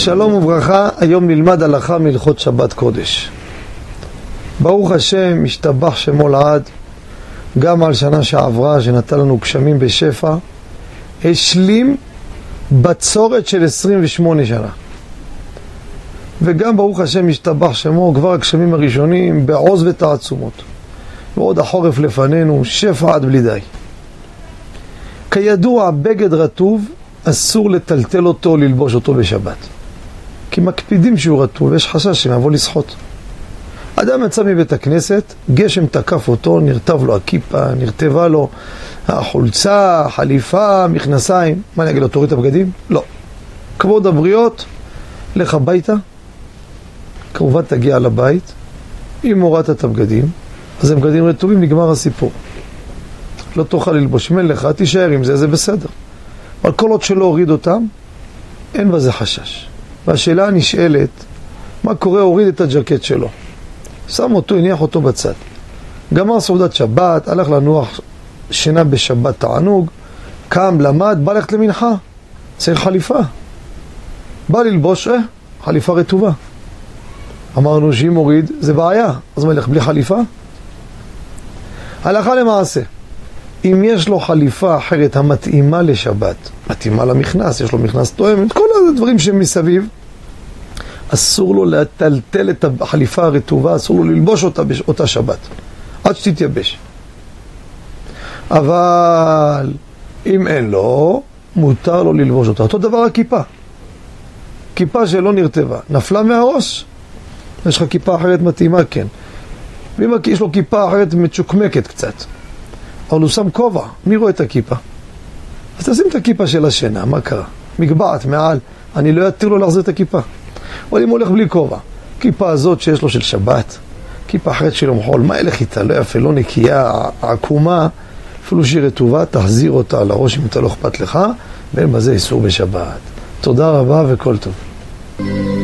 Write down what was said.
שלום וברכה, היום נלמד הלכה מהלכות שבת קודש. ברוך השם, משתבח שמו לעד, גם על שנה שעברה שנתן לנו גשמים בשפע, השלים בצורת של 28 שנה. וגם ברוך השם משתבח שמו, כבר הגשמים הראשונים בעוז ותעצומות. ועוד החורף לפנינו, שפע עד בלי די. כידוע, בגד רטוב אסור לטלטל אותו או ללבוש אותו בשבת. כי מקפידים שהוא רטוב, יש חשש שמבוא לשחות. אדם יצא מבית הכנסת, גשם תקף אותו, נרטב לו הכיפה, נרטבה לו החולצה, חליפה, מכנסיים. מה אני אגיד לו, תוריד את הבגדים? לא. כבוד הבריות, לך הביתה, כמובן תגיע לבית, אם הורדת את הבגדים, אז הם בגדים רטובים, נגמר הסיפור. לא תוכל ללבוש, מן לך, תישאר עם זה, זה בסדר. אבל כל עוד שלא הוריד אותם, אין בזה חשש. והשאלה נשאלת, מה קורה? הוריד את הג'קט שלו. שם אותו, הניח אותו בצד. גמר סעודת שבת, הלך לנוח שינה בשבת תענוג, קם, למד, בא ללכת למנחה. צריך חליפה. בא ללבוש, חליפה רטובה. אמרנו שאם הוריד, זה בעיה. אז מה ילך בלי חליפה? הלכה למעשה. אם יש לו חליפה אחרת המתאימה לשבת, מתאימה למכנס, יש לו מכנס תואם, את כל הדברים שמסביב, אסור לו לטלטל את החליפה הרטובה, אסור לו ללבוש אותה באותה שבת, עד שתתייבש. אבל אם אין לו, מותר לו ללבוש אותה. אותו דבר הכיפה. כיפה שלא נרטבה, נפלה מהראש, יש לך כיפה אחרת מתאימה, כן. ואם יש לו כיפה אחרת מצ'וקמקת קצת, אבל הוא שם כובע, מי רואה את הכיפה? אז תשים את הכיפה של השינה, מה קרה? מגבעת מעל, אני לא אתיר לו להחזיר את הכיפה. אבל אם הוא הולך בלי כובע, כיפה הזאת שיש לו של שבת, כיפה אחרת של יום חול, מה ילך איתה? לא יפה, לא נקייה, עקומה, אפילו שהיא רטובה, תחזיר אותה על הראש אם אתה לא אכפת לך, ואין בזה איסור בשבת. תודה רבה וכל טוב.